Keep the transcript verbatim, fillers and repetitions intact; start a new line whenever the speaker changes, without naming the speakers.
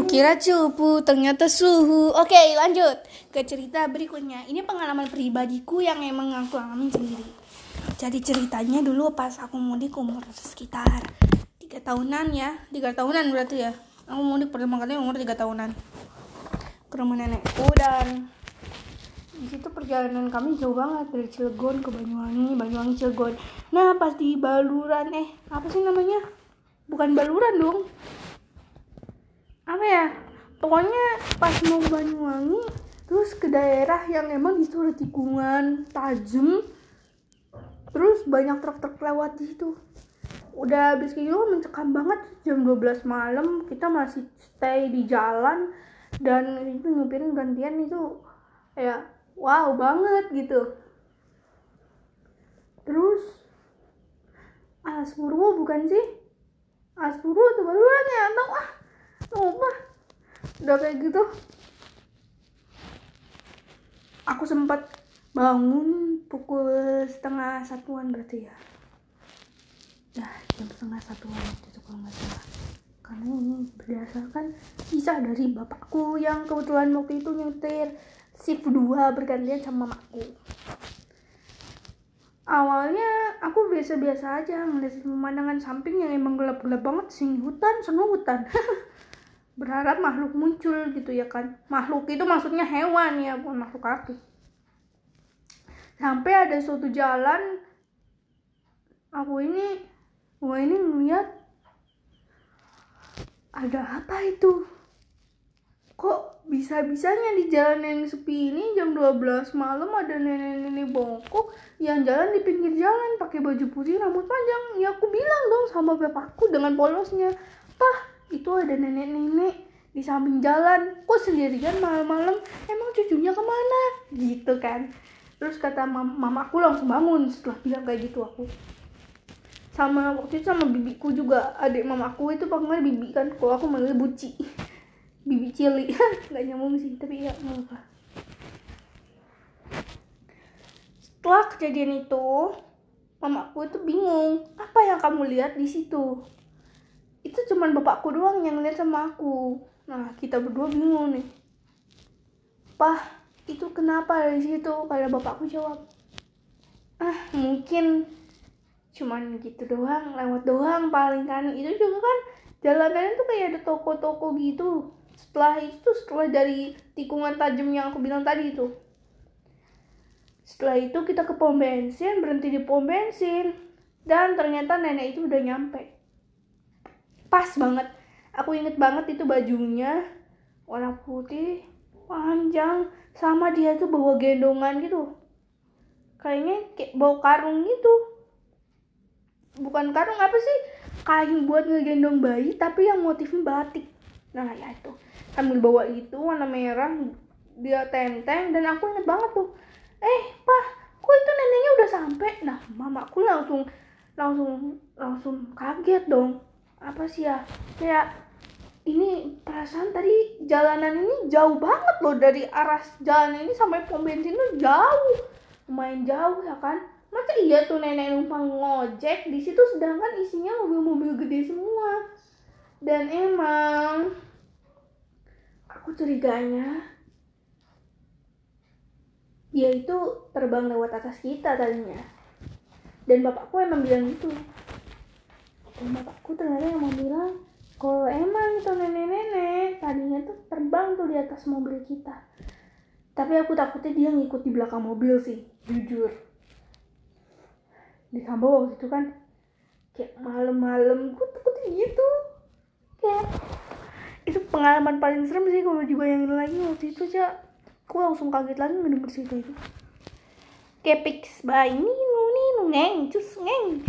Kukira cupu, ternyata suhu. Oke, lanjut ke cerita berikutnya. Ini pengalaman pribadiku yang emang aku alamin sendiri. Jadi ceritanya dulu pas aku mudik umur sekitar tiga tahunan ya. tiga tahunan berarti ya. Aku mudik pertama kali umur tiga tahunan. Ke rumah nenekku dan di situ perjalanan kami jauh banget dari Cilegon ke Banyuwangi, Banyuwangi Cilegon. Nah, pas di Baluran eh apa sih namanya? Bukan Baluran dong. Apa ya? Pokoknya pas mau Banyuwangi terus ke daerah yang emang disuruh tikungan tajam, terus banyak truk-truk lewat di situ. Udah habis gitu mencekam banget, jam dua belas malam kita masih stay di jalan dan itu nyepirin gantian itu ya wow banget gitu. Terus Aspurwo bukan sih? Aspurwo atau Baluran ya? Tahu ah. Lupa. Udah kayak gitu aku sempat bangun pukul setengah satuan berarti ya. Nah, jam setengah satuan itu kalau nggak salah. Karena ini berdasarkan kisah dari bapakku yang kebetulan waktu itu nyetir shift dua bergantian sama mamaku. Awalnya aku biasa-biasa aja ngeliat pemandangan samping yang emang gelap-gelap banget sih, hutan, semua hutan. Berharap makhluk muncul gitu ya kan. Makhluk itu maksudnya hewan ya, bukan makhluk kaki. Sampai ada suatu jalan aku ini gua ini ngeliat ada apa itu? Kok bisa-bisanya di jalan yang sepi ini jam dua belas malam ada nenek-nenek bongkok yang jalan di pinggir jalan pakai baju putih rambut panjang. Ya aku bilang dong sama bapakku dengan polosnya, "Pah, itu ada nenek-nenek di samping jalan, kok sendirian malam-malam, emang cucunya kemana?" Gitu kan. Terus kata mam- mamaku langsung bangun setelah bilang kayak gitu aku. Sama waktu itu sama bibiku juga, adik mamaku itu panggilnya bibi kan, kalau aku manggilnya buci. Bibi Cili. Gak nyambung sih, tapi ya gak apa. Setelah kejadian itu, mamaku itu bingung, apa yang kamu lihat di situ? Itu cuman bapakku doang yang lihat sama aku. Nah, kita berdua bingung nih. "Pah, itu kenapa di situ?" Kalau bapakku jawab, "Ah, mungkin cuman gitu doang, lewat doang paling kan." Itu juga kan jalanannya tuh kayak ada toko-toko gitu. Setelah itu, setelah dari tikungan tajam yang aku bilang tadi itu. Setelah itu kita ke pom bensin, berhenti di pom bensin. Dan ternyata nenek itu udah nyampe. Pas banget. Aku inget banget itu bajunya warna putih, panjang, sama dia tuh bawa gendongan gitu. Kayaknya kayak bawa karung gitu. Bukan karung, apa sih? Kain buat ngegendong bayi tapi yang motifnya batik. Nah, ya itu. Sambil bawa itu warna merah, dia tenteng dan aku inget banget tuh. "Eh, Pak, kok itu neneknya udah sampai?" Nah, mamaku langsung langsung langsung kaget dong. Apa sih ya? Kayak ini perasaan tadi jalanan ini jauh banget loh, dari arah jalan ini sampai pom bensin tuh jauh, lumayan jauh ya kan. Masa iya tuh nenek numpang ngojek di situ sedangkan isinya mobil-mobil gede semua. Dan emang aku curiganya dia itu terbang lewat atas kita tadinya. Dan bapakku emang bilang gitu. Dan bapakku ternyata yang mau bilang kalau emang itu nenek-nenek tadinya tuh terbang tuh di atas mobil kita. Tapi aku takutnya dia ngikut di belakang mobil sih, jujur. Ditambah waktu itu kan kayak malam-malam, gue takutnya gitu. Kayak itu pengalaman paling serem sih kalau dibayangin lagi waktu itu aja. Aku langsung kaget lagi ngedenger cerita itu. Kayak fix, bye, ninu ninu ngeng, cus ngeng.